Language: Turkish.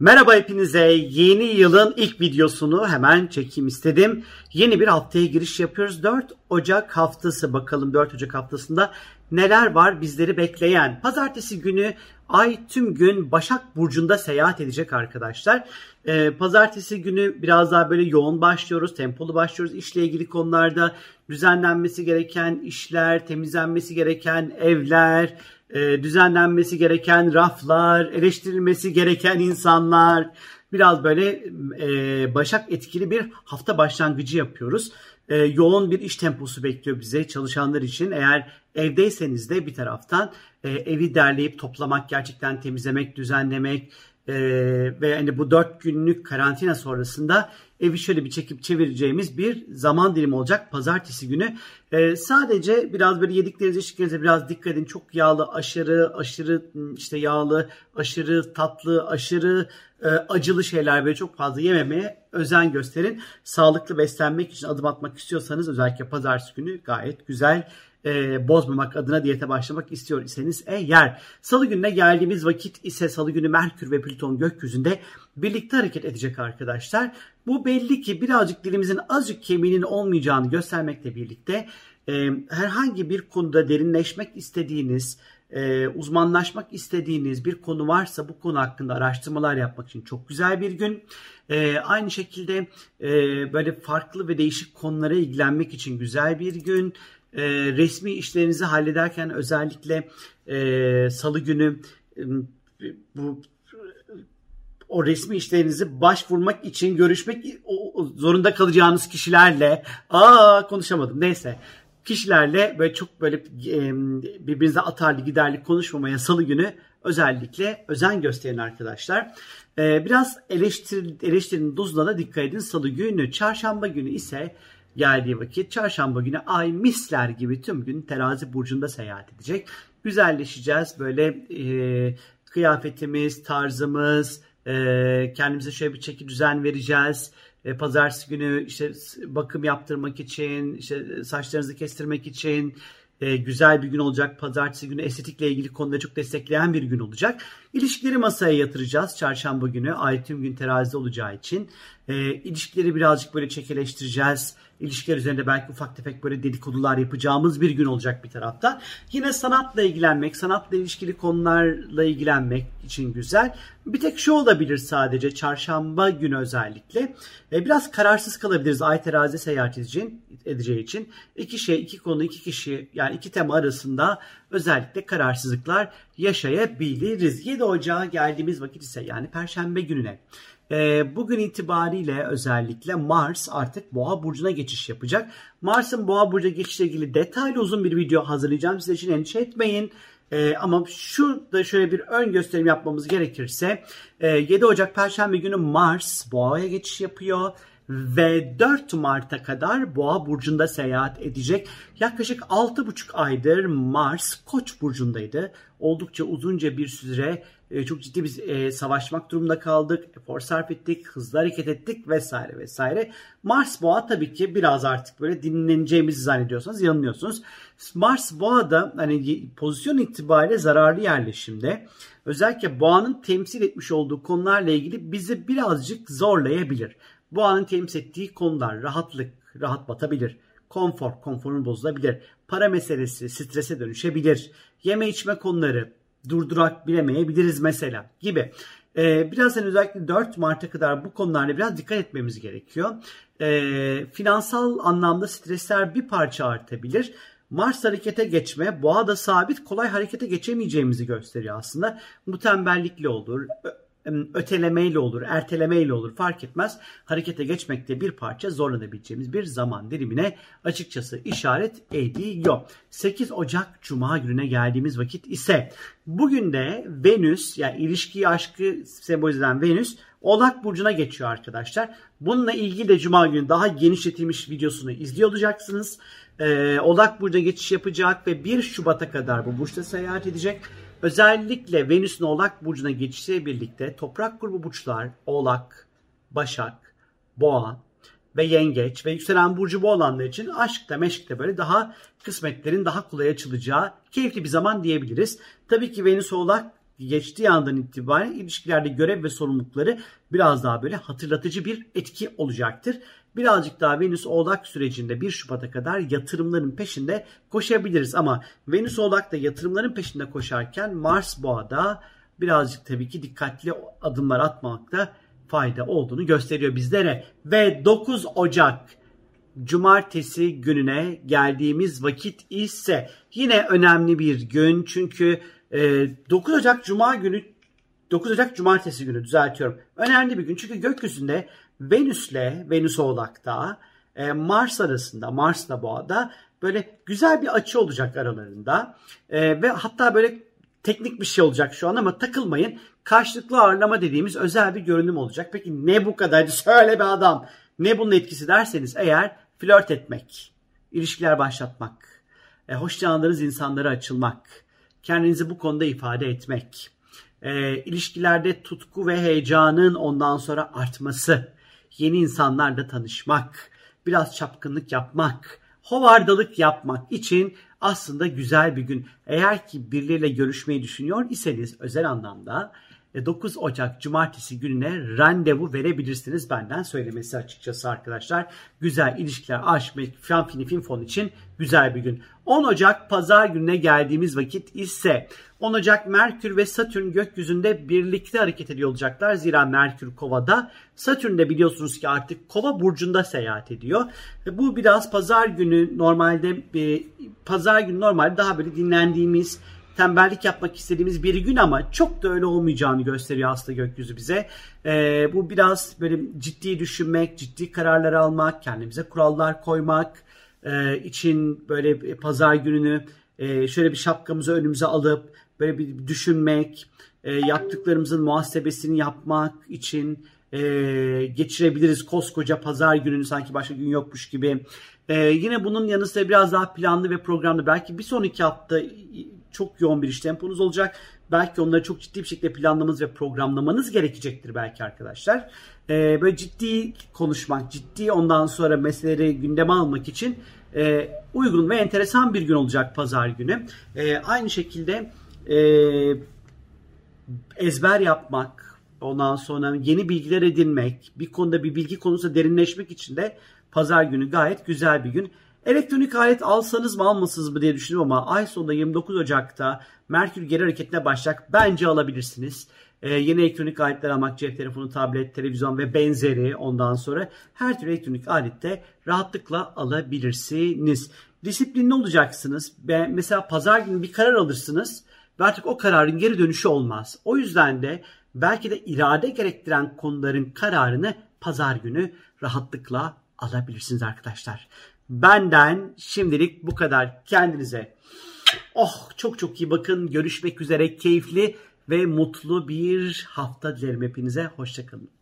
Merhaba hepinize. Yeni yılın ilk videosunu hemen çekeyim istedim. Yeni bir haftaya giriş yapıyoruz. 4 Ocak haftası, bakalım 4 Ocak haftasında neler var bizleri bekleyen. Pazartesi günü Ay tüm gün Başak Burcu'nda seyahat edecek arkadaşlar. Pazartesi günü biraz daha böyle yoğun başlıyoruz, tempolu başlıyoruz. İşle ilgili konularda düzenlenmesi gereken işler, temizlenmesi gereken evler, düzenlenmesi gereken raflar, eleştirilmesi gereken insanlar. Biraz böyle Başak etkili bir hafta başlangıcı yapıyoruz. Yoğun bir iş temposu bekliyor bize çalışanlar için. Eğer evdeyseniz de bir taraftan evi derleyip toplamak, gerçekten temizlemek, düzenlemek ve hani bu 4 günlük karantina sonrasında evi şöyle bir çekip çevireceğimiz bir zaman dilimi olacak pazartesi günü. Sadece biraz böyle yediklerinize, içtiklerinize biraz dikkat edin. Çok yağlı, aşırı işte yağlı, aşırı tatlı, aşırı acılı şeyler böyle çok fazla yememeye özen gösterin. Sağlıklı beslenmek için adım atmak istiyorsanız özellikle pazartesi günü gayet güzel. Bozmamak adına diyete başlamak istiyor iseniz eğer. Salı gününe geldiğimiz vakit ise salı günü Merkür ve Plüton gökyüzünde birlikte hareket edecek arkadaşlar. Bu belli ki birazcık dilimizin azıcık kemiğinin olmayacağını göstermekle birlikte herhangi bir konuda derinleşmek istediğiniz, uzmanlaşmak istediğiniz bir konu varsa bu konu hakkında araştırmalar yapmak için çok güzel bir gün. Aynı şekilde böyle farklı ve değişik konulara ilgilenmek için güzel bir gün. Resmi işlerinizi hallederken özellikle salı günü o resmi işlerinizi başvurmak için görüşmek zorunda kalacağınız kişilerle konuşamadım neyse kişilerle böyle çok böyle birbirinize atarlı giderli konuşmamaya salı günü özellikle özen gösterin arkadaşlar. Biraz eleştirinin dozuna da dikkat edin salı günü. Çarşamba günü ise geldiği vakit çarşamba günü ay misler gibi tüm gün terazi burcunda seyahat edecek. Güzelleşeceğiz böyle kıyafetimiz, tarzımız, kendimize şöyle bir çeki düzen vereceğiz. Pazartesi günü işte bakım yaptırmak için, işte saçlarınızı kestirmek için güzel bir gün olacak. Pazartesi günü estetikle ilgili konuda çok destekleyen bir gün olacak. İlişkileri masaya yatıracağız çarşamba günü. Ay tüm gün terazide olacağı için. İlişkileri birazcık böyle çekeleştireceğiz. İlişkiler üzerinde belki ufak tefek böyle dedikodular yapacağımız bir gün olacak bir taraftan. Yine sanatla ilgilenmek, sanatla ilişkili konularla ilgilenmek için güzel. Bir tek şu olabilir sadece çarşamba günü özellikle. Biraz kararsız kalabiliriz ay terazide seyahat edeceği için. İki konu, iki kişi yani iki tema arasında özellikle kararsızlıklar yaşayabiliriz. 7 Ocağa geldiğimiz vakit ise yani Perşembe gününe. Bugün itibariyle özellikle Mars artık Boğa burcuna geçiş yapacak. Mars'ın Boğa burcuna geçişle ilgili detaylı uzun bir video hazırlayacağım. Size için endişe etmeyin. Ama şurada şöyle bir ön gösterim yapmamız gerekirse 7 Ocak Perşembe günü Mars Boğa'ya geçiş yapıyor. Ve 4 Mart'a kadar Boğa burcunda seyahat edecek. Yaklaşık 6,5 aydır Mars Koç burcundaydı. Oldukça uzunca bir süre çok ciddi bir savaşmak durumunda kaldık. Efor sarf ettik, hızlı hareket ettik vesaire vesaire. Mars Boğa tabii ki biraz artık böyle dinleneceğimizi zannediyorsanız yanılıyorsunuz. Mars Boğa'da hani pozisyon itibariyle zararlı yerleşimde. Özellikle Boğa'nın temsil etmiş olduğu konularla ilgili bizi birazcık zorlayabilir. Boğanın temsil ettiği konular rahat batabilir. Konforun bozulabilir. Para meselesi strese dönüşebilir. Yeme içme konuları durdurak bilemeyebiliriz mesela gibi. Birazdan özellikle 4 Mart'a kadar bu konularla biraz dikkat etmemiz gerekiyor. Finansal anlamda stresler bir parça artabilir. Mars harekete geçme, Boğa'da sabit kolay harekete geçemeyeceğimizi gösteriyor aslında. Bu tembellikle olur, ötelemeyle olur, ertelemeyle olur fark etmez. Harekete geçmekte bir parça zorlanabileceğimiz bir zaman dilimine açıkçası işaret ediyor. 8 Ocak Cuma gününe geldiğimiz vakit ise bugün de Venüs yani ilişkiyi aşkı sembolize eden Venüs Oğlak Burcu'na geçiyor arkadaşlar. Bununla ilgili de Cuma günü daha genişletilmiş videosunu izliyor olacaksınız. Oğlak Burcu'na geçiş yapacak ve 1 Şubat'a kadar bu burçta seyahat edecek. Özellikle Venüs'ün Oğlak Burcu'na geçişiyle birlikte toprak grubu burçlar Oğlak, Başak, Boğa ve Yengeç ve yükselen burcu bu olanlar için aşkta meşkte böyle daha kısmetlerin daha kolay açılacağı keyifli bir zaman diyebiliriz. Tabii ki Venüs Oğlak geçtiği andan itibaren ilişkilerde görev ve sorumlulukları biraz daha böyle hatırlatıcı bir etki olacaktır. Birazcık daha Venüs Oğlak sürecinde 1 Şubat'a kadar yatırımların peşinde koşabiliriz. Ama Venüs Oğlak da yatırımların peşinde koşarken Mars Boğa'da birazcık tabii ki dikkatli adımlar atmakta fayda olduğunu gösteriyor bizlere. Ve 9 Ocak Cumartesi gününe geldiğimiz vakit ise yine önemli bir gün. Çünkü 9 Ocak Cuma günü, 9 Ocak Cumartesi günü düzeltiyorum. Önemli bir gün çünkü gökyüzünde Venüs Oğlak'ta Mars arasında, Mars'la Boğa'da böyle güzel bir açı olacak aralarında. Ve hatta böyle teknik bir şey olacak şu an ama takılmayın. Karşılıklı ağırlama dediğimiz özel bir görünüm olacak. Peki ne bu kadar? Söyle be adam. Ne bunun etkisi derseniz eğer flört etmek, ilişkiler başlatmak, hoşlandığınız insanlara açılmak, kendinizi bu konuda ifade etmek, ilişkilerde tutku ve heyecanın ondan sonra artması, yeni insanlarla tanışmak, biraz çapkınlık yapmak, hovardalık yapmak için aslında güzel bir gün. Eğer ki birileriyle görüşmeyi düşünüyor iseniz özel anlamda 9 Ocak Cumartesi gününe randevu verebilirsiniz, benden söylemesi açıkçası arkadaşlar. Güzel ilişkiler, aşk, film fon için güzel bir gün. 10 Ocak Pazar gününe geldiğimiz vakit ise 10 Ocak Merkür ve Satürn gökyüzünde birlikte hareket ediyor olacaklar. Zira Merkür Kova'da, Satürn de biliyorsunuz ki artık Kova burcunda seyahat ediyor. Bu biraz Pazar günü normalde daha böyle dinlendiğimiz, tembellik yapmak istediğimiz bir gün ama çok da öyle olmayacağını gösteriyor aslında gökyüzü bize. Bu biraz böyle ciddi düşünmek, ciddi kararlar almak, kendimize kurallar koymak için böyle pazar gününü şöyle bir şapkamızı önümüze alıp böyle bir düşünmek, yaptıklarımızın muhasebesini yapmak için geçirebiliriz koskoca pazar gününü sanki başka gün yokmuş gibi. Yine bunun yanı sıra biraz daha planlı ve programlı, belki bir sonraki hafta çok yoğun bir iş temponuz olacak. Belki onları çok ciddi bir şekilde planlamanız ve programlamanız gerekecektir belki arkadaşlar. Böyle ciddi konuşmak, ciddi ondan sonra meseleleri gündeme almak için uygun ve enteresan bir gün olacak pazar günü. Aynı şekilde ezber yapmak, ondan sonra yeni bilgiler edinmek, bir konuda bir bilgi konusunda derinleşmek için de pazar günü gayet güzel bir gün. Elektronik alet alsanız mı almasanız mı diye düşünüyorum ama ay sonunda 29 Ocak'ta Merkür geri hareketine başlayacak. Bence alabilirsiniz. Yeni elektronik aletler almak, cep telefonu, tablet, televizyon ve benzeri, ondan sonra her türlü elektronik alette rahatlıkla alabilirsiniz. Disiplinli olacaksınız. Mesela pazar günü bir karar alırsınız ve artık o kararın geri dönüşü olmaz. O yüzden de belki de irade gerektiren konuların kararını pazar günü rahatlıkla alabilirsiniz arkadaşlar. Benden şimdilik bu kadar. Kendinize çok çok iyi bakın. Görüşmek üzere. Keyifli ve mutlu bir hafta dilerim hepinize. Hoşça kalın.